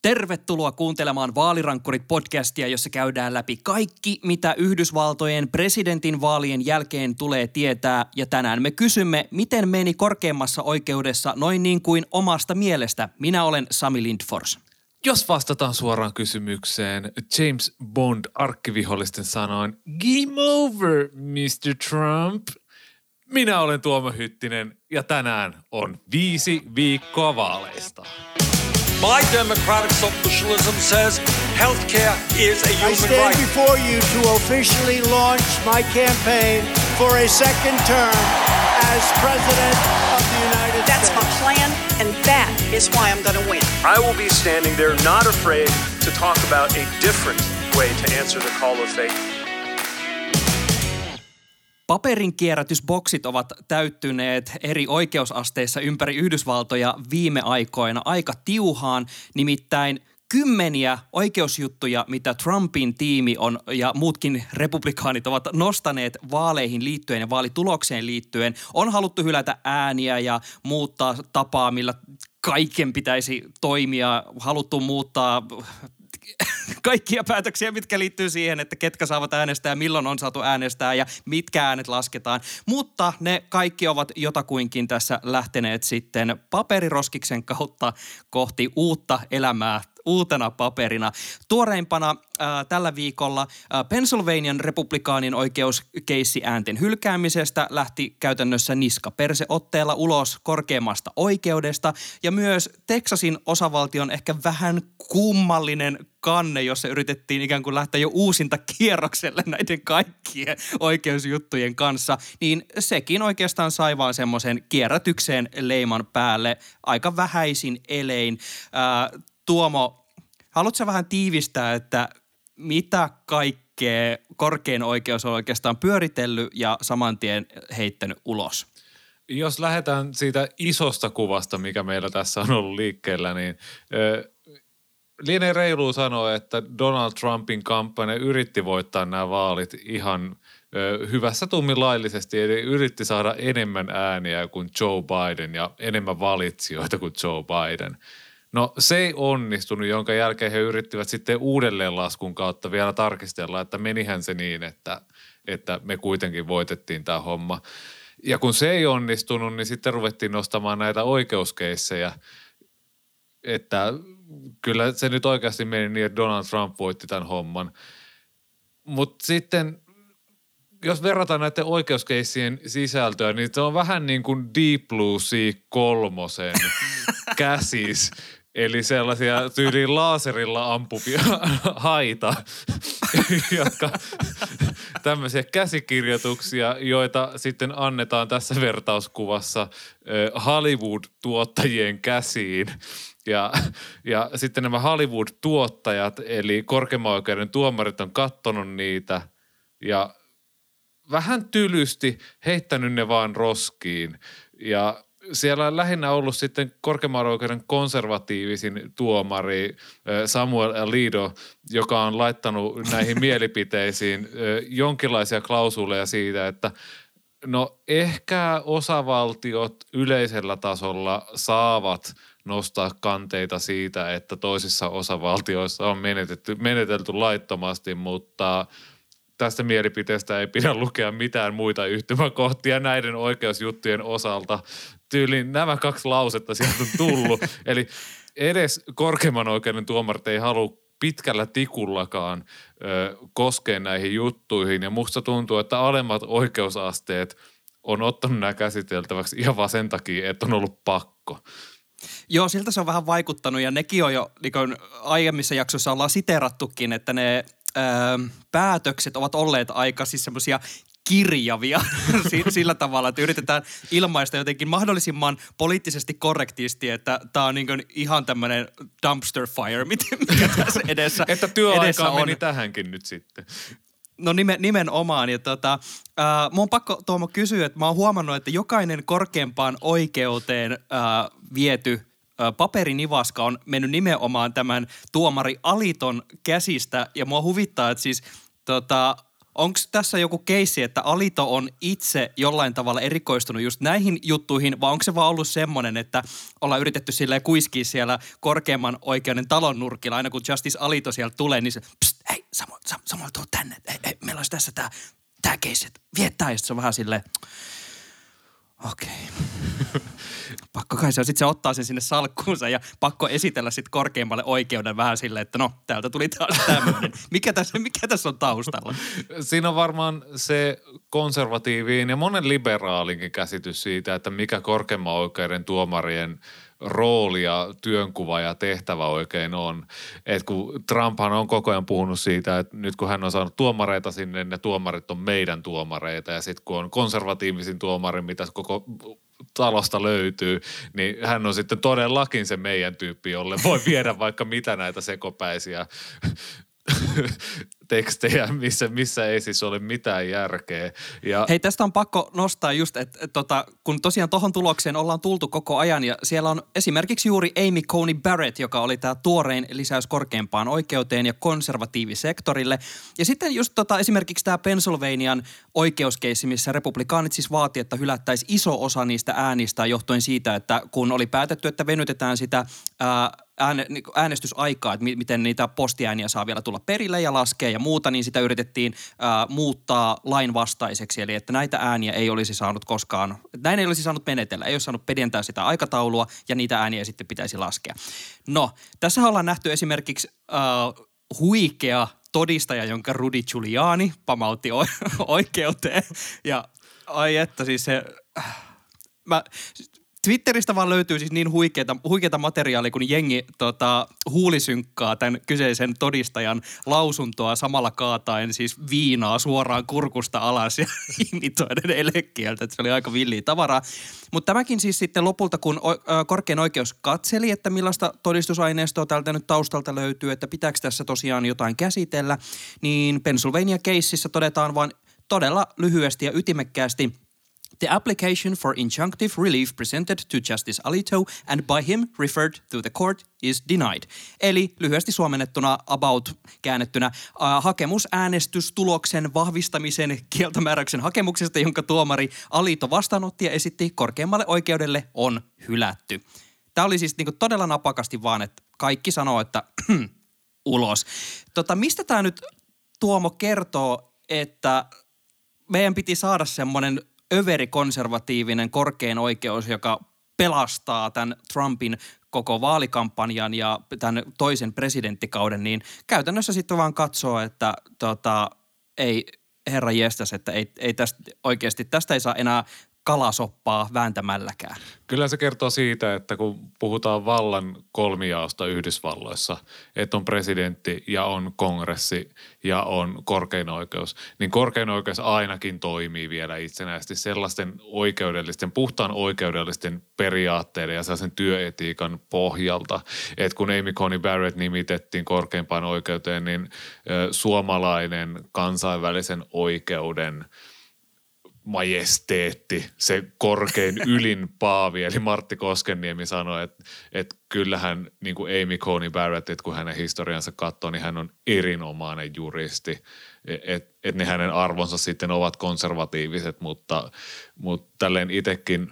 Tervetuloa kuuntelemaan Vaalirankkurit-podcastia, jossa käydään läpi kaikki, mitä Yhdysvaltojen presidentinvaalien jälkeen tulee tietää. Ja tänään me kysymme, miten meni korkeimmassa oikeudessa noin niin kuin omasta mielestä. Minä olen Sami Lindfors. Jos vastataan suoraan kysymykseen, James Bond arkkivihollisten sanoin, game over, Mr. Trump. Minä olen Tuomo Hyttinen ja tänään on 5 viikkoa vaaleista. My democratic socialism says healthcare is a human right. I stand before you to officially launch my campaign for a second term as President of the United States. That's my plan, and that is why I'm going to win. I will be standing there not afraid to talk about a different way to answer the call of faith. Paperinkierrätysboksit ovat täyttyneet eri oikeusasteissa ympäri Yhdysvaltoja viime aikoina aika tiuhaan, nimittäin kymmeniä oikeusjuttuja, mitä Trumpin tiimi on ja muutkin republikaanit ovat nostaneet vaaleihin liittyen ja vaalitulokseen liittyen. On haluttu hylätä ääniä ja muuttaa tapaa, millä kaiken pitäisi toimia, haluttu muuttaa kaikkia päätöksiä, mitkä liittyy siihen, että ketkä saavat äänestää, milloin on saatu äänestää ja mitkä äänet lasketaan. Mutta ne kaikki ovat jotakuinkin tässä lähteneet sitten paperiroskiksen kautta kohti uutta elämää uutena paperina. Tuoreimpana tällä viikolla Pennsylvanian republikaanin oikeuskeissi äänten hylkäämisestä lähti käytännössä niska-perse-otteella ulos korkeimmasta oikeudesta ja myös Teksasin osavaltion ehkä vähän kummallinen kanne, jossa yritettiin ikään kuin lähteä jo uusinta kierrokselle näiden kaikkien oikeusjuttujen kanssa, niin sekin oikeastaan sai vaan semmoisen kierrätykseen leiman päälle aika vähäisin elein. Tuomo, haluatko vähän tiivistää, että mitä kaikkea korkein oikeus on oikeastaan pyöritellyt ja saman tien heittänyt ulos? Jos lähdetään siitä isosta kuvasta, mikä meillä tässä on ollut liikkeellä, niin lienee reilua sanoa, että Donald Trumpin kampanja yritti voittaa nämä vaalit ihan hyvässä tummin laillisesti, eli yritti saada enemmän ääniä kuin Joe Biden ja enemmän valitsijoita kuin Joe Biden. No se ei onnistunut, jonka jälkeen he yrittivät sitten uudelleenlaskun kautta vielä tarkistella, että menihän se niin, että me kuitenkin voitettiin tämä homma. Ja kun se ei onnistunut, niin sitten ruvettiin nostamaan näitä oikeuskeissejä, että kyllä se nyt oikeasti meni niin, että Donald Trump voitti tämän homman. Mutta sitten jos verrataan näiden oikeuskeissien sisältöä, niin se on vähän niin kuin Deep Blue Sea 3 käsis. Eli sellaisia tyyliin laaserilla ampuvia haita, jotka tämmöisiä käsikirjoituksia, joita sitten annetaan tässä vertauskuvassa Hollywood-tuottajien käsiin. Ja sitten nämä Hollywood-tuottajat, eli korkeimman oikeuden tuomarit on katsonut niitä ja vähän tylysti heittänyt ne vaan roskiin. Ja siellä on lähinnä ollut sitten korkeimman oikeuden konservatiivisin tuomari Samuel Alito, joka on laittanut näihin mielipiteisiin jonkinlaisia klausuleja siitä, että no ehkä osavaltiot yleisellä tasolla saavat nostaa kanteita siitä, että toisissa osavaltioissa on menetelty laittomasti, mutta tästä mielipiteestä ei pidä lukea mitään muita yhtymäkohtia näiden oikeusjuttujen osalta. Tyyliin nämä 2 lausetta sieltä on tullut. Eli edes korkeimman oikeuden tuomarit ei halua pitkällä tikullakaan koskea näihin juttuihin. Ja musta tuntuu, että alemmat oikeusasteet on ottanut nämä käsiteltäväksi ihan vaan sen takia, että on ollut pakko. Joo, siltä se on vähän vaikuttanut ja nekin on jo niin kuin aiemmissa jaksoissa ollaan siteerattukin, että ne päätökset ovat olleet aika siis semmoisia kirjavia sillä tavalla, että yritetään ilmaista jotenkin mahdollisimman poliittisesti korrektisti, että tämä on niin kuin ihan tämmöinen dumpster fire, mikä tässä edessä että työaikaa meni tähänkin nyt sitten. No nimenomaan. Ja mun on pakko Tuomo kysyä, että mä oon huomannut, että jokainen korkeampaan oikeuteen viety paperinivaska on mennyt nimenomaan tämän tuomari Aliton käsistä. Ja mua huvittaa, että siis onko tässä joku keissi, että Alito on itse jollain tavalla erikoistunut just näihin juttuihin, vai onko se vaan ollut semmoinen, että ollaan yritetty silleen kuiskia siellä korkeimman oikeuden talon nurkilla, aina kun Justice Alito sieltä tulee, niin se, hei Samuel, tuu tänne, hei, meillä olisi tässä tää keissi, että viettää, ja se on vähän silleen, okei. Pakko kai se on. Sitten se ottaa sen sinne salkkuunsa ja pakko esitellä sitten korkeimmalle oikeuden vähän silleen, että no, täältä tuli taas tämmöinen. Mikä tässä on taustalla? Siinä on varmaan se konservatiiviin ja monen liberaalinkin käsitys siitä, että mikä korkeimman oikeuden tuomarien rooli ja työnkuva ja tehtävä oikein on. Et kun Trumphan on koko ajan puhunut siitä, että nyt kun hän on saanut tuomareita sinne, ne tuomarit on meidän tuomareita. Ja sitten kun on konservatiivisin tuomari, mitä koko talosta löytyy, niin hän on sitten todellakin se meidän tyyppi, jolle voi viedä vaikka mitä näitä sekopäisiä tekstejä, missä ei siis ole mitään järkeä. Ja hei, tästä on pakko nostaa just, että kun tosiaan tohon tulokseen ollaan tultu koko ajan ja siellä on esimerkiksi juuri Amy Coney Barrett, joka oli tämä tuorein lisäys korkeimpaan oikeuteen ja konservatiivisektorille. Ja sitten just esimerkiksi tämä Pennsylvanian oikeuskeissi, missä republikaanit siis vaati, että hylättäisiin iso osa niistä äänistä johtuen siitä, että kun oli päätetty, että venytetään sitä äänestysaikaa, että miten niitä postiääniä saa vielä tulla perille ja laskea ja muuta, niin sitä yritettiin muuttaa lainvastaiseksi. Eli että näitä ääniä ei olisi saanut koskaan, näin ei olisi saanut menetellä, ei olisi saanut pidentää sitä aikataulua ja niitä ääniä sitten pitäisi laskea. No, tässä ollaan nähty esimerkiksi huikea todistaja, jonka Rudy Giuliani pamautti oikeuteen. Ja ai että siis se Twitteristä vaan löytyy siis niin huikeata materiaalia, kun jengi huulisynkkaa tämän kyseisen todistajan lausuntoa samalla kaataen siis viinaa suoraan kurkusta alas ja imitoiden elekieltä. Se oli aika villiä tavaraa. Mutta tämäkin siis sitten lopulta, kun korkein oikeus katseli, että millaista todistusaineistoa täältä nyt taustalta löytyy, että pitääkö tässä tosiaan jotain käsitellä, niin Pennsylvania-keississä todetaan vaan todella lyhyesti ja ytimekkäästi: The application for injunctive relief presented to Justice Alito and by him referred to the court is denied. Eli lyhyesti suomennettuna about käännettynä hakemus äänestystuloksen vahvistamisen kieltomääräyksen hakemuksesta, jonka tuomari Alito vastaanotti ja esitti korkeammalle oikeudelle, on hylätty. Tämä oli siis niinku todella napakasti vaan, että kaikki sanoo, että ulos. Mistä tämä nyt Tuomo kertoo, että meidän piti saada semmoinen överikonservatiivinen korkein oikeus, joka pelastaa tämän Trumpin koko vaalikampanjan ja tämän toisen presidenttikauden, niin käytännössä sitten vaan katsoo, että ei herra jestas, että ei tästä oikeasti, tästä ei saa enää kalasoppaa vääntämälläkään. Kyllä se kertoo siitä, että kun puhutaan vallan kolmijaosta Yhdysvalloissa, että on presidentti ja on kongressi ja on korkein oikeus, niin korkein oikeus ainakin toimii vielä itsenäisesti sellaisten oikeudellisten, puhtaan oikeudellisten periaatteiden ja sellaisen työetiikan pohjalta. Että kun Amy Coney Barrett nimitettiin korkeimpaan oikeuteen, niin suomalainen kansainvälisen oikeuden majesteetti, se korkein ylin paavi, eli Martti Koskenniemi sanoi, että kyllähän niin kuin Amy Coney Barrett, että kun hänen historiansa katsoo, niin hän on erinomainen juristi. Että ne hänen arvonsa sitten ovat konservatiiviset, mutta tälleen itsekin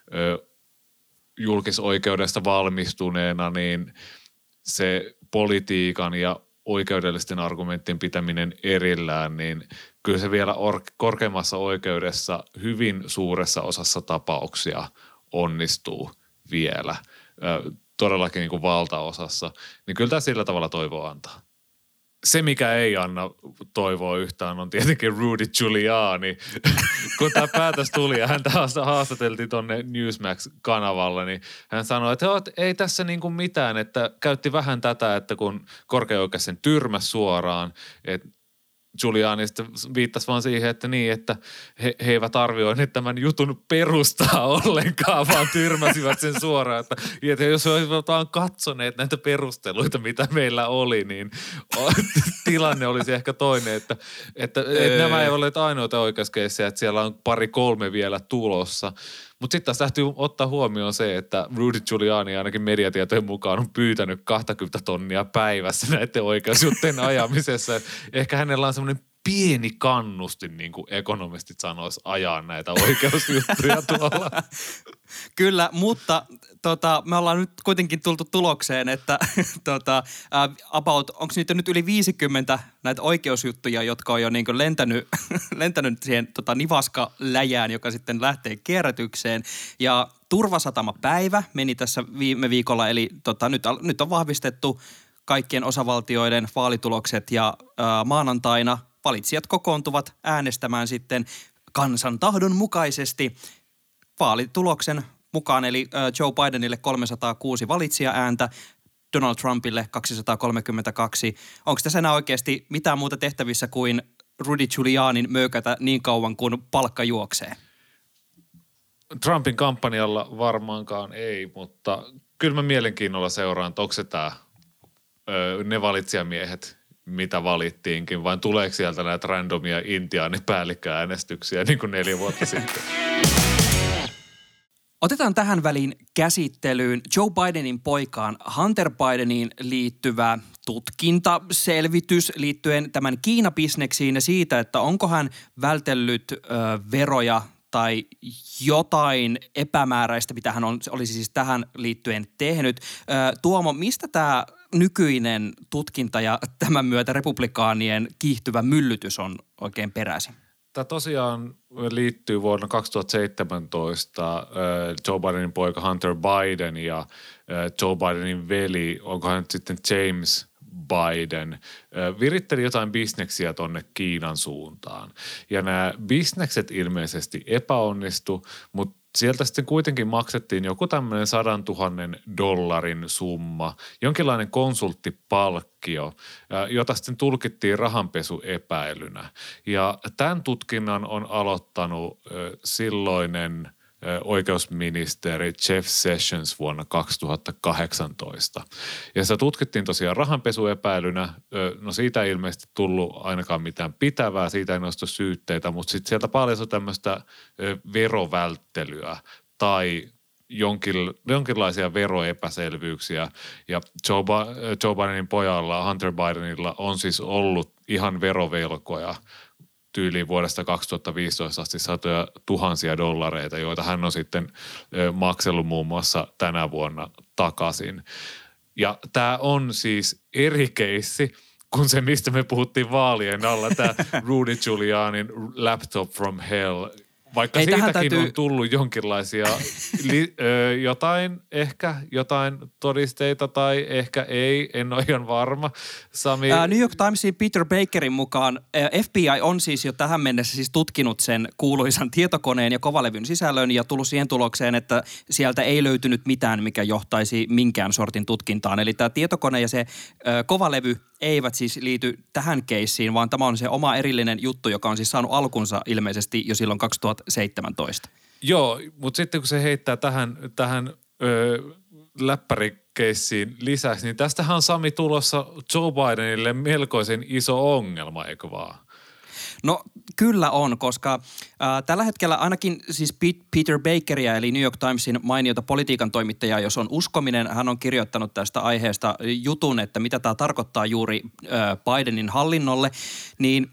julkisoikeudesta valmistuneena, niin se politiikan ja oikeudellisten argumenttien pitäminen erillään, niin kyllä se vielä korkeimmassa oikeudessa hyvin suuressa osassa tapauksia onnistuu vielä, todellakin niin kuin valtaosassa. Niin kyllä tämä sillä tavalla toivoa antaa. Se, mikä ei anna toivoa yhtään, on tietenkin Rudy Giuliani. Kun tämä päätös tuli ja häntä haastateltiin tuonne Newsmax-kanavalla, niin hän sanoi, että ei tässä niin kuin mitään, että käytti vähän tätä, että kun korkein oikeus sen tyrmäsi suoraan, että Giuliani sitten viittasi vaan siihen, että he eivät arvioineet tämän jutun perustaa ollenkaan, vaan tyrmäsivät sen suoraan. Että jos he olisivat vaan katsoneet näitä perusteluita, mitä meillä oli, niin tilanne olisi ehkä toinen. Että nämä ei ole ainoita oikeuskeissejä, että siellä on 2-3 vielä tulossa. Mutta sitten taas täytyy ottaa huomioon se, että Rudy Giuliani ainakin mediatietojen mukaan on pyytänyt 20 tonnia päivässä näiden oikeusjuttujen ajamisessa. Ehkä hänellä on semmoinen pieni kannustin, niin kuin ekonomistit sanois, ajaa näitä oikeusjuttuja tuolla. Kyllä, mutta me ollaan nyt kuitenkin tultu tulokseen, että onko niitä nyt yli 50 näitä oikeusjuttuja, jotka on jo niin kuin lentänyt siihen nivaskaläjään, joka sitten lähtee kierrätykseen. Ja turvasatamapäivä meni tässä viime viikolla, eli nyt on vahvistettu kaikkien osavaltioiden vaalitulokset ja maanantaina valitsijat kokoontuvat äänestämään sitten kansan tahdon mukaisesti vaalituloksen mukaan, eli Joe Bidenille 306 valitsijaääntä, Donald Trumpille 232. Onko tässä enää oikeasti mitään muuta tehtävissä kuin Rudy Giulianin möökätä niin kauan kuin palkka juoksee? Trumpin kampanjalla varmaankaan ei, mutta kyllä mä mielenkiinnolla seuraan, että onko se ne valitsijamiehet, mitä valittiinkin, vai tuleeko sieltä näitä randomia intiaanipäällikköäänestyksiä niin kuin 4 vuotta sitten? Otetaan tähän väliin käsittelyyn Joe Bidenin poikaan Hunter Bideniin liittyvä tutkintaselvitys liittyen tämän Kiina-bisneksiin ja siitä, että onko hän vältellyt veroja tai jotain epämääräistä, mitä hän olisi siis tähän liittyen tehnyt. Tuomo, mistä tämä nykyinen tutkinta ja tämän myötä republikaanien kiihtyvä myllytys on oikein peräisin? Tämä tosiaan liittyy vuonna 2017 Joe Bidenin poika Hunter Biden ja Joe Bidenin veli, onkohan nyt sitten James Biden, viritteli jotain bisneksiä tonne Kiinan suuntaan. Ja nämä bisnekset ilmeisesti epäonnistu, mutta sieltä sitten kuitenkin maksettiin joku tämmöinen $100,000 summa, jonkinlainen konsulttipalkkio, jota sitten tulkittiin rahanpesuepäilynä. Ja tämän tutkinnan on aloittanut silloinen oikeusministeri Jeff Sessions vuonna 2018. Ja sitä tutkittiin tosiaan rahanpesuepäilynä. No siitä ei ilmeisesti tullut ainakaan mitään pitävää, siitä ei nostu syytteitä, mutta sitten sieltä paljastui tämmöistä verovälttelyä tai jonkinlaisia veroepäselvyyksiä. Ja Joe Bidenin pojalla, Hunter Bidenilla, on siis ollut ihan verovelkoja tyyliin vuodesta 2015 asti $100,000, joita hän on sitten maksellut muun muassa tänä vuonna takaisin. Ja tämä on siis eri keissi kuin se, mistä me puhuttiin vaalien alla, tämä Rudy Giulianin laptop from hell. Vaikka ei, siitäkin on tullut jonkinlaisia jotain todisteita tai ehkä ei, en ole ihan varma. Sami. New York Timesin Peter Bakerin mukaan FBI on siis jo tähän mennessä siis tutkinut sen kuuluisan tietokoneen ja kovalevyn sisällön ja tullut siihen tulokseen, että sieltä ei löytynyt mitään, mikä johtaisi minkään sortin tutkintaan. Eli tämä tietokone ja se kovalevy eivät siis liity tähän keissiin, vaan tämä on se oma erillinen juttu, joka on siis saanut alkunsa ilmeisesti jo silloin 2017. Joo, mutta sitten kun se heittää tähän läppärikeissiin lisäksi, niin tästähän on Sami tulossa Joe Bidenille melkoisen iso ongelma, eikö vaan? No kyllä on, koska tällä hetkellä ainakin siis Peter Bakeria eli New York Timesin mainiota politiikan toimittajaa, jos on uskominen, hän on kirjoittanut tästä aiheesta jutun, että mitä tämä tarkoittaa juuri Bidenin hallinnolle, niin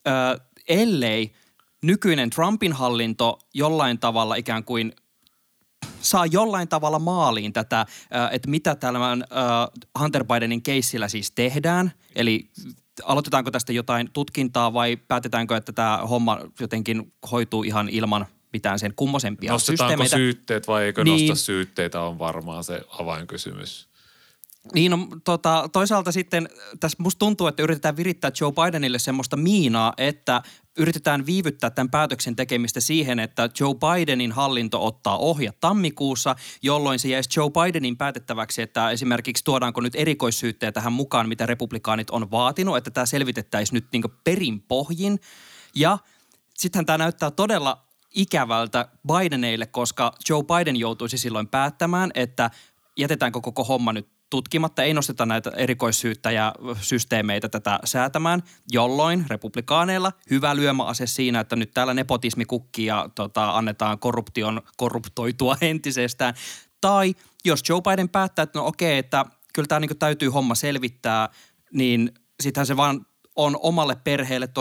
ellei nykyinen Trumpin hallinto jollain tavalla ikään kuin saa jollain tavalla maaliin tätä, että mitä tämän Hunter Bidenin keissillä siis tehdään, eli aloitetaanko tästä jotain tutkintaa vai päätetäänkö, että tämä homma jotenkin hoituu ihan ilman mitään sen kummosempia systeemeitä. Nostetaanko syytteet vai eikö nosta syytteitä on varmaan se avainkysymys. Niin, no toisaalta sitten tässä musta tuntuu, että yritetään virittää Joe Bidenille semmoista miinaa, että yritetään viivyttää tämän päätöksen tekemistä siihen, että Joe Bidenin hallinto ottaa ohjat tammikuussa, jolloin se jäisi Joe Bidenin päätettäväksi, että esimerkiksi tuodaanko nyt erikoissyyttejä tähän mukaan, mitä republikaanit on vaatinut, että tämä selvitettäisiin nyt niin kuin perinpohjin. Ja sittenhän tämä näyttää todella ikävältä Bideneille, koska Joe Biden joutuisi silloin päättämään, että jätetäänkö koko homma nyt tutkimatta, ei nosteta näitä erikoissyyttäjäsysteemeitä tätä säätämään, jolloin republikaaneilla hyvä lyömäase siinä, että nyt täällä nepotismi kukkii ja annetaan korruption korruptoitua entisestään. Tai jos Joe Biden päättää, että no okei, että kyllä tämä niin täytyy homma selvittää, niin sittenhän se vaan on omalle perheelle tosi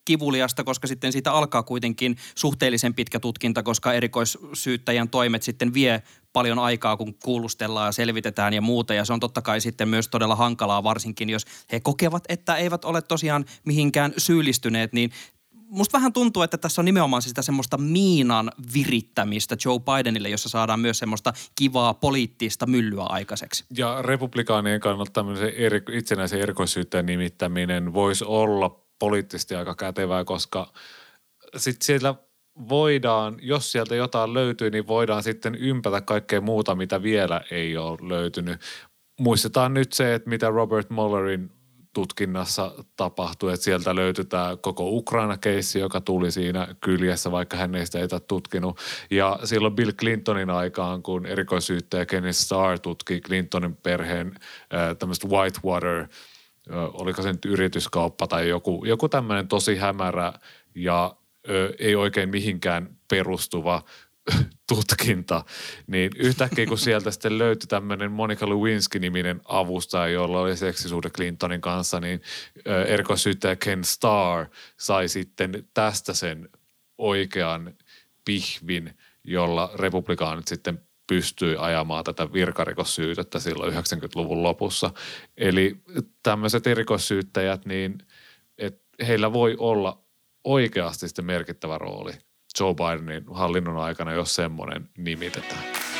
kivuliasta, koska sitten siitä alkaa kuitenkin suhteellisen pitkä tutkinta, koska erikoissyyttäjän toimet sitten vie paljon aikaa, kun kuulustellaan ja selvitetään ja muuta. Ja se on totta kai sitten myös todella hankalaa, varsinkin jos he kokevat, että eivät ole tosiaan mihinkään syyllistyneet, niin musta vähän tuntuu, että tässä on nimenomaan sitä semmoista miinan virittämistä Joe Bidenille, jossa saadaan myös semmoista kivaa poliittista myllyä aikaiseksi. Ja republikaanien kannalta tämmöisen itsenäisen erikoissyyttäjän nimittäminen voisi olla poliittisesti aika kätevää, koska sitten siellä voidaan, jos sieltä jotain löytyy, niin voidaan sitten ympätä kaikkea muuta, mitä vielä ei ole löytynyt. Muistetaan nyt se, että mitä Robert Muellerin tutkinnassa tapahtui, että sieltä löytyi tämä koko Ukraina-keissi, joka tuli siinä kyljessä, vaikka hän ei sitä ei tutkinut. Ja silloin Bill Clintonin aikaan, kun erikoissyyttäjä Kenneth Starr tutki Clintonin perheen tämmöistä Whitewater, oliko se nyt yrityskauppa tai joku tämmöinen tosi hämärä ja ei oikein mihinkään perustuva tutkinta, niin yhtäkkiä kun sieltä sitten löytyi tämmöinen Monica Lewinsky-niminen avustaja, jolla oli seksisuhde Clintonin kanssa, niin erikoissyyttäjä Ken Starr sai sitten tästä sen oikean pihvin, jolla republikaanit sitten pystyi ajamaan tätä virkarikossyytettä silloin 90-luvun lopussa. Eli tämmöiset erikoissyyttäjät, niin että heillä voi olla oikeasti sitten merkittävä rooli Joe Bidenin hallinnon aikana, jos semmoinen nimitetään.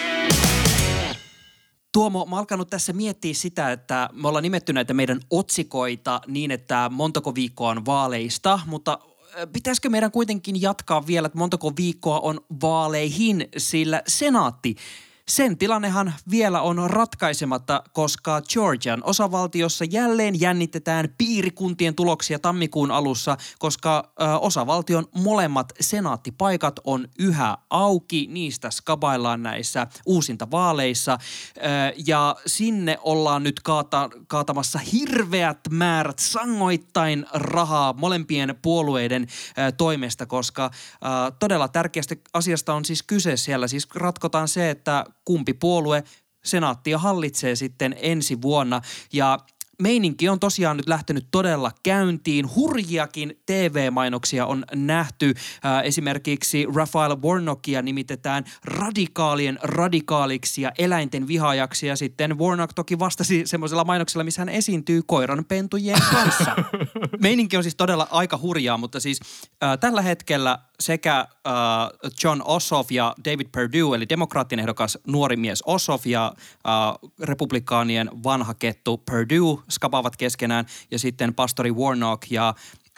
Tuomo, mä alkanut tässä miettiä sitä, että me ollaan nimetty näitä meidän otsikoita niin, että montako viikkoa on vaaleista, mutta pitäisikö meidän kuitenkin jatkaa vielä, että montako viikkoa on vaaleihin, sillä senaatti, sen tilannehan vielä on ratkaisematta, koska Georgian osavaltiossa jälleen jännitetään piirikuntien tuloksia tammikuun alussa, koska osavaltion molemmat senaattipaikat on yhä auki. Niistä skabaillaan näissä uusintavaaleissa ja sinne ollaan nyt kaatamassa hirveät määrät sangoittain rahaa molempien puolueiden toimesta, koska todella tärkeästä asiasta on siis kyse siellä. Siis ratkotaan se, että kumpi puolue senaattia hallitsee sitten ensi vuonna ja meininki on tosiaan nyt lähtenyt todella käyntiin. Hurjiakin TV-mainoksia on nähty. Esimerkiksi Raphael Warnockia nimitetään radikaalien radikaaliksi ja eläinten vihaajaksi. Ja sitten Warnock toki vastasi semmoisella mainoksella, missä hän esiintyy koiranpentujien kanssa. Meininki on siis todella aika hurjaa, mutta siis tällä hetkellä sekä John Ossoff ja David Perdue, eli demokraattinen ehdokas nuori mies Ossoff ja republikaanien vanha kettu Perdue skapaavat keskenään. Ja sitten pastori Warnock ja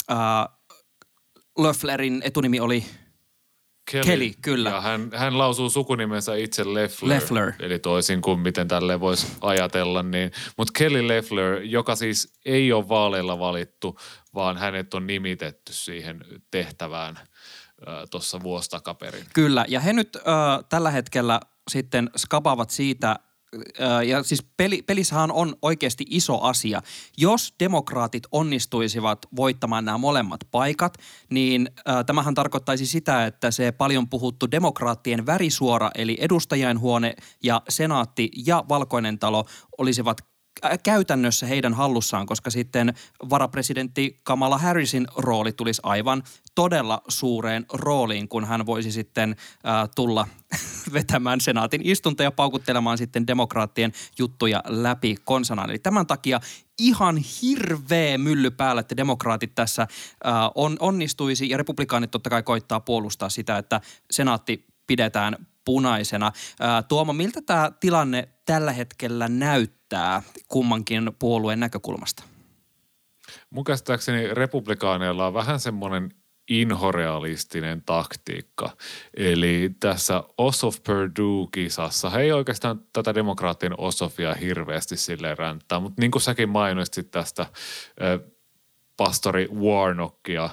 Loefflerin etunimi oli Kelly, kyllä. Ja hän lausuu sukunimensä itse Loeffler. Eli toisin kuin miten tälle voisi ajatella. Niin. Mutta Kelly Loeffler, joka siis ei ole vaaleilla valittu, vaan hänet on nimitetty siihen tehtävään tuossa vuosi takaperin. Kyllä, ja he nyt tällä hetkellä sitten skapaavat siitä, ja siis pelissähän on oikeasti iso asia. Jos demokraatit onnistuisivat voittamaan nämä molemmat paikat, niin tämähän tarkoittaisi sitä, että se paljon puhuttu demokraattien värisuora, eli edustajainhuone ja senaatti ja Valkoinen talo olisivat käytännössä heidän hallussaan, koska sitten varapresidentti Kamala Harrisin rooli tulisi aivan todella suureen rooliin, kun hän voisi sitten tulla vetämään senaatin istuntoja ja paukuttelemaan sitten demokraattien juttuja läpi konsanaan. Eli tämän takia ihan hirveä mylly päällä, että demokraatit tässä onnistuisi ja republikaanit totta kai koittaa puolustaa sitä, että senaatti pidetään punaisena. Tuomo, miltä tämä tilanne tällä hetkellä näyttää kummankin puolueen näkökulmasta? Mun käsittääkseni republikaaneilla on vähän semmoinen inhorealistinen taktiikka. Eli tässä Ossoff-Perdue-kisassa, he ei oikeastaan tätä demokraattien Ossoffia hirveästi silleen ränttää, mutta niin kuin säkin mainitsit tästä pastori Warnockia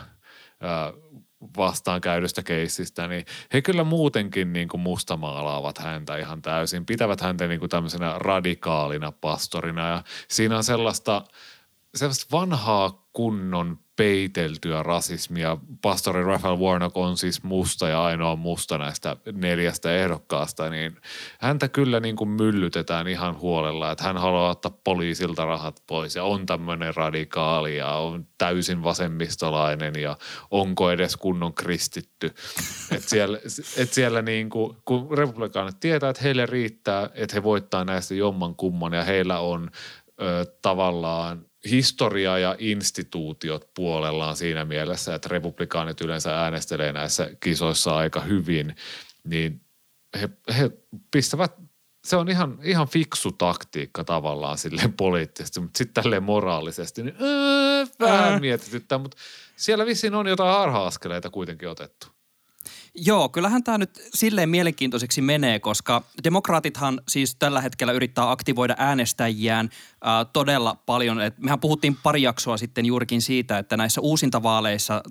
vastaan käydystä keissistä, niin he kyllä muutenkin niin kuin mustamaalaavat häntä ihan täysin. Pitävät häntä niin kuin tämmöisenä radikaalina pastorina ja siinä on sellaista vanhaa kunnon peiteltyä rasismia. Pastori Raphael Warnock on siis musta ja ainoa musta näistä 4 ehdokkaasta, niin häntä kyllä niin kuin myllytetään ihan huolella, että hän haluaa ottaa poliisilta rahat pois ja on tämmöinen radikaali ja on täysin vasemmistolainen ja onko edes kunnon kristitty. Että siellä niin kuin, kun republikaanit tietää, että heille riittää, että he voittaa näistä jomman kumman ja heillä on tavallaan historia ja instituutiot puolellaan siinä mielessä, että republikaanit yleensä äänestelee näissä kisoissa aika hyvin, niin he pistävät, se on ihan fiksu taktiikka tavallaan silleen poliittisesti, mutta sitten tälleen moraalisesti, niin vähän mietityttää, mutta siellä vissiin on jotain harha-askeleita kuitenkin otettu. Joo, kyllähän tämä nyt silleen mielenkiintoiseksi menee, koska demokraatithan siis tällä hetkellä yrittää aktivoida äänestäjiään todella paljon. Et mehän puhuttiin pari jaksoa sitten juurikin siitä, että näissä uusintavaaleissa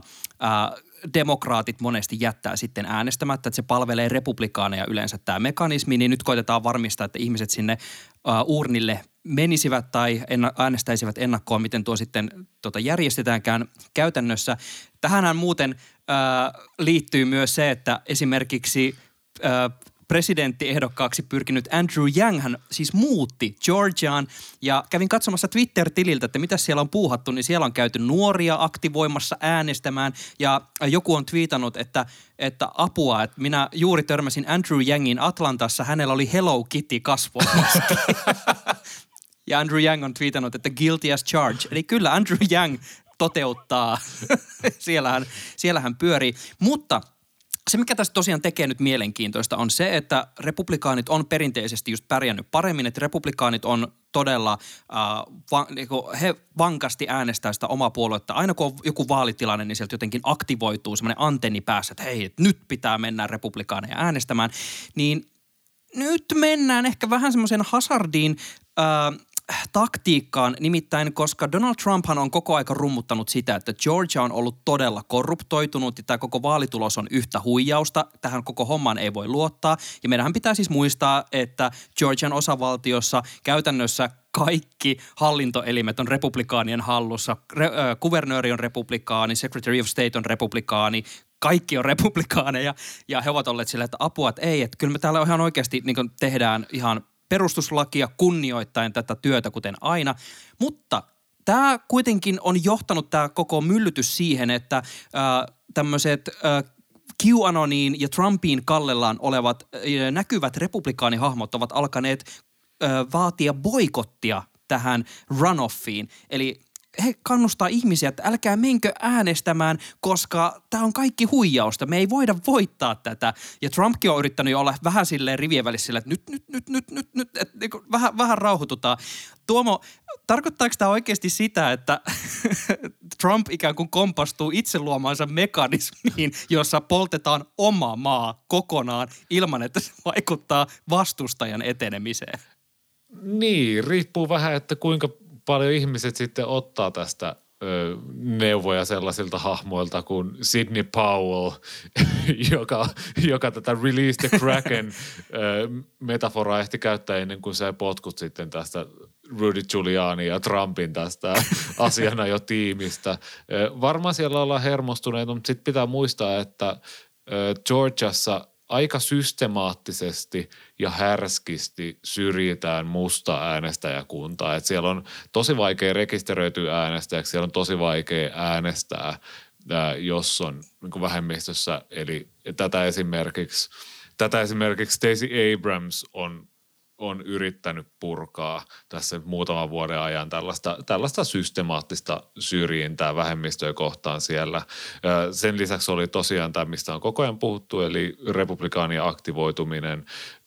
demokraatit monesti jättää sitten äänestämättä, että se palvelee republikaaneja yleensä tämä mekanismi, niin nyt koitetaan varmistaa, että ihmiset sinne uurnille menisivät tai äänestäisivät ennakkoon, miten tuo sitten järjestetäänkään käytännössä. Tähänhän muuten liittyy myös se, että esimerkiksi presidenttiehdokkaaksi pyrkinyt Andrew Yang hän siis muutti Georgiaan ja kävin katsomassa Twitter-tililtä, että mitä siellä on puuhattu, niin siellä on käyty nuoria aktivoimassa äänestämään ja joku on twiitannut, että apua, että minä juuri törmäsin Andrew Yangin Atlantassa, hänellä oli Hello Kitty kasvomaski. Ja Andrew Yang on twiitannut, että guilty as charged. Eli kyllä Andrew Yang toteuttaa. Siellähän pyörii. Mutta se, mikä tässä tosiaan tekee nyt mielenkiintoista, on se, että republikaanit on perinteisesti just pärjännyt paremmin, että republikaanit on todella, he vankasti äänestää sitä omaa puoluetta. Aina kun on joku vaalitilanne, niin sieltä jotenkin aktivoituu semmoinen antenni päässä, että hei, nyt pitää mennä republikaaneja äänestämään. Niin nyt mennään ehkä vähän semmoisen hazardiin taktiikkaan, nimittäin koska Donald Trumphan on koko aika rummuttanut sitä, että Georgia on ollut todella korruptoitunut ja tämä koko vaalitulos on yhtä huijausta. Tähän koko hommaan ei voi luottaa ja meidänhän pitää siis muistaa, että Georgian osavaltiossa käytännössä kaikki hallintoelimet on republikaanien hallussa. Kuvernööri on republikaani, Secretary of State on republikaani, kaikki on republikaaneja ja he ovat olleet sillä, että apua, että ei, että kyllä me täällä ihan oikeasti niin kuin tehdään ihan perustuslakia kunnioittaen tätä työtä kuten aina, mutta tämä kuitenkin on johtanut tämä koko myllytys siihen, että tämmöiset QAnoniin ja Trumpiin kallellaan olevat näkyvät republikaanihahmot ovat alkaneet vaatia boikottia tähän runoffiin, eli he kannustaa ihmisiä, että älkää menkö äänestämään, koska tämä on kaikki huijausta. Me ei voida voittaa tätä. Ja Trumpkin on yrittänyt olla vähän silleen rivien välissä, että nyt, että niin vähän rauhoitutaan. Tuomo, tarkoittaako tämä oikeasti sitä, että Trump ikään kuin kompastuu itse luomaansa mekanismiin, jossa poltetaan oma maa kokonaan ilman, että se vaikuttaa vastustajan etenemiseen? Niin, riippuu vähän, että kuinka paljon ihmiset sitten ottaa tästä neuvoja sellaisilta hahmoilta kuin Sidney Powell, joka tätä Release the Kraken metaforaa ehti käyttää ennen kuin sai potkut sitten tästä Rudy Giuliani ja Trumpin tästä asiana jo tiimistä. Varmaan siellä ollaan hermostuneita, mutta sitten pitää muistaa, että Georgiassa aika systemaattisesti ja härskisti syrjitään musta äänestäjäkuntaa. Et siellä on tosi vaikea rekisteröityä äänestäjäksi, siellä on tosi vaikea äänestää, jos on niin vähemmistössä. Eli tätä esimerkiksi Stacey Abrams on yrittänyt purkaa tässä muutaman vuoden ajan tällaista systemaattista syrjintää vähemmistöä kohtaan siellä. Sen lisäksi oli tosiaan tämä, mistä on koko ajan puhuttu, eli republikaanien aktivoituminen.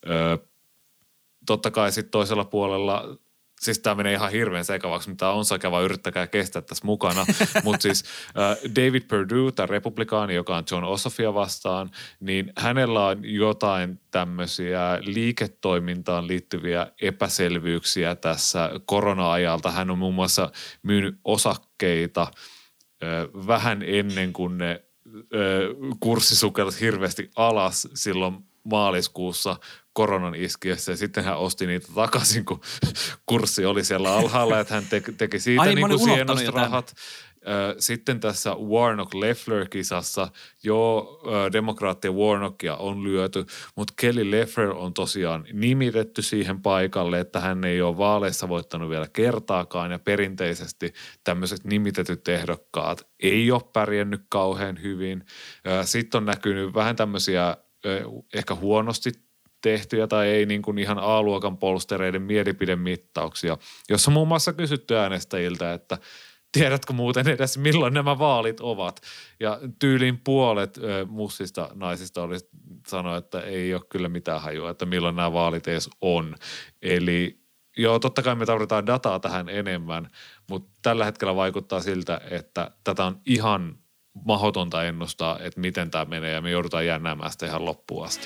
Totta kai sitten toisella puolella, siis tämä menee ihan hirveän sekavaksi, mutta on sekava, yrittäkää kestää tässä mukana. Mutta siis David Perdue, tämä republikaani, joka on John Ossofia vastaan, niin hänellä on jotain tämmöisiä liiketoimintaan liittyviä epäselvyyksiä tässä korona-ajalta. Hän on muun muassa myynyt osakkeita vähän ennen kuin ne kurssi sukelsi hirveästi alas silloin maaliskuussa koronan iskiessä ja sitten hän osti niitä takaisin, kun kurssi oli siellä alhaalla, että hän teki siitä niin kuin sienostrahat. Sitten tässä Warnock-Leffler-kisassa demokraattien Warnockia on lyöty, mutta Kelly Loeffler on tosiaan nimitetty siihen paikalle, että hän ei ole vaaleissa voittanut vielä kertaakaan ja perinteisesti tämmöiset nimitetyt ehdokkaat ei ole pärjännyt kauhean hyvin. Sitten on näkynyt vähän tämmöisiä ehkä huonosti tehtyjä tai ei niin kuin ihan A-luokan polstereiden mielipidemittauksia, jossa muun muassa kysytty äänestäjiltä, että tiedätkö muuten edes milloin nämä vaalit ovat? Ja tyylin puolet mustista naisista olisi sanoa, että ei ole kyllä mitään hajua, että milloin nämä vaalit edes on. Eli joo, totta kai me tarvitaan dataa tähän enemmän, mutta tällä hetkellä vaikuttaa siltä, että tätä on ihan mahdotonta ennustaa, että miten tämä menee ja me joudutaan jännäämään sitä ihan loppuun asti.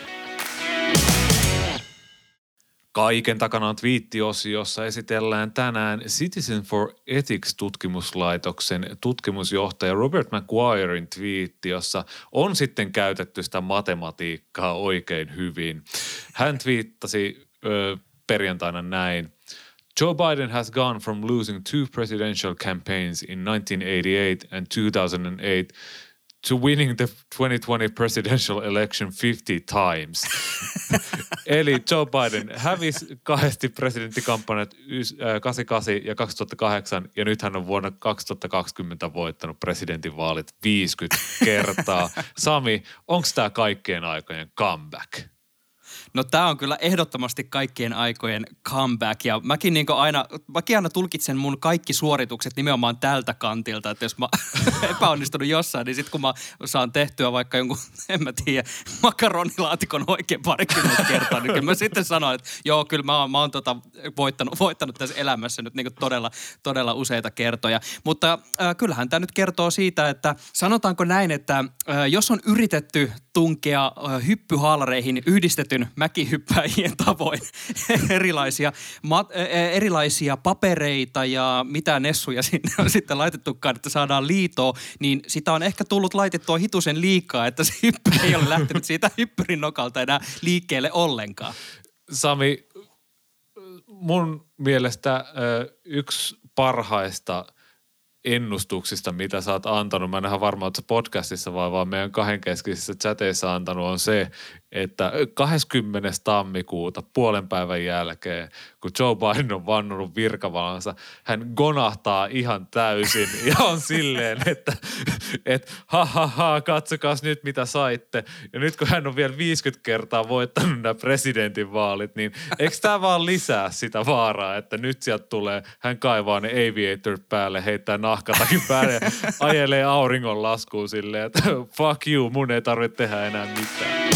Kaiken takana on twiittiosio, jossa esitellään tänään Citizen for Ethics-tutkimuslaitoksen tutkimusjohtaja Robert McGuiren twiitti, jossa on sitten käytetty sitä matematiikkaa oikein hyvin. Hän twiittasi perjantaina näin. Joe Biden has gone from losing 2 presidential campaigns in 1988 and 2008 to winning the 2020 presidential election 50 times. Eli Joe Biden hävisi kahdesti presidenttikampanjat 88 ja 2008 ja nyt hän on vuonna 2020 voittanut presidentinvaalit 50 kertaa. Sami, onko tämä kaikkien aikojen comeback? No tämä on kyllä ehdottomasti kaikkien aikojen comeback ja mäkin aina tulkitsen mun kaikki suoritukset nimenomaan tältä kantilta, että jos mä epäonnistunut jossain, niin sit kun mä saan tehtyä vaikka jonkun, en mä tiedä, makaronilaatikon oikein parikymmentä kertaa, niin kyllä mä sitten sanon, että joo, kyllä mä oon voittanut tässä elämässä nyt niin todella useita kertoja. Mutta kyllähän tämä nyt kertoo siitä, että sanotaanko näin, että jos on yritetty tunkea hyppyhaalareihin yhdistetyn mäkihyppäjien tavoin erilaisia papereita ja mitä nessuja sinne on sitten laitettukaan, että saadaan liitoa, niin sitä on ehkä tullut laitettua hitusen liikaa, että se hyppy ei ole lähtenyt siitä hyppyrin nokalta enää liikkeelle ollenkaan. Sami, mun mielestä yksi parhaista ennustuksista, mitä sä oot antanut, mä en ihan varma, että podcastissa vaan meidän kahdenkeskisissä chateissa antanut, on se, että 20. tammikuuta puolen päivän jälkeen, kun Joe Biden on vannonut virkavalansa, hän gonahtaa ihan täysin ja on silleen, että katsokaas nyt mitä saitte. Ja nyt kun hän on vielä 50 kertaa voittanut nämä presidentinvaalit, niin eikö tämä vaan lisää sitä vaaraa, että nyt sieltä tulee, hän kaivaa ne aviator päälle, heittää nahkatakin päälle ja ajelee auringon laskuun silleen, että fuck you, mun ei tarvitse tehdä enää mitään.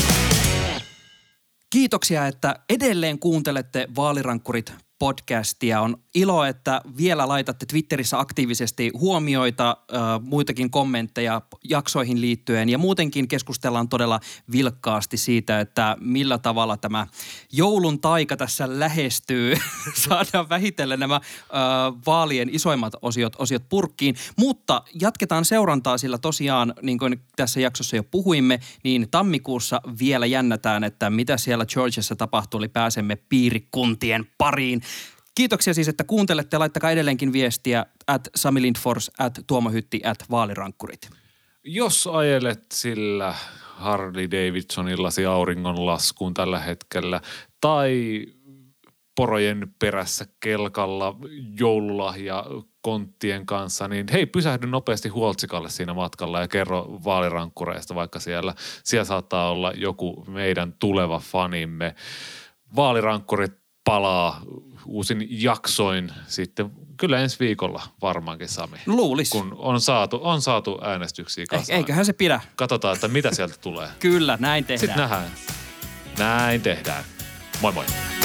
Kiitoksia, että edelleen kuuntelette Vaalirankkurit podcastia. On ilo, että vielä laitatte Twitterissä aktiivisesti huomioita, muitakin kommentteja jaksoihin liittyen ja muutenkin keskustellaan todella vilkkaasti siitä, että millä tavalla tämä joulun taika tässä lähestyy. Saadaan vähitellen nämä vaalien isoimmat osiot purkkiin, mutta jatketaan seurantaa, sillä tosiaan, niin kuin tässä jaksossa jo puhuimme, niin tammikuussa vielä jännätään, että mitä siellä Georgiassa tapahtuu, eli pääsemme piirikuntien pariin. Kiitoksia siis, että kuuntelette. Laittakaa edelleenkin viestiä @SamiLindfors, @TuomoHytti, @Vaalirankkurit. Jos ajelet sillä Harley Davidsonillasi auringonlaskuun tällä hetkellä tai porojen perässä kelkalla joululahja konttien kanssa, niin hei, pysähdy nopeasti Huoltsikalle siinä matkalla ja kerro vaalirankkureista, vaikka siellä saattaa olla joku meidän tuleva fanimme. Vaalirankkurit palaa uusin jaksoin sitten kyllä ensi viikolla varmaankin, Sami. Luulis. Kun on saatu äänestyksiä kasaan. Eiköhän se pidä. Katsotaan, että mitä sieltä tulee. Kyllä, näin tehdään. Sitten nähdään. Näin tehdään. Moi moi.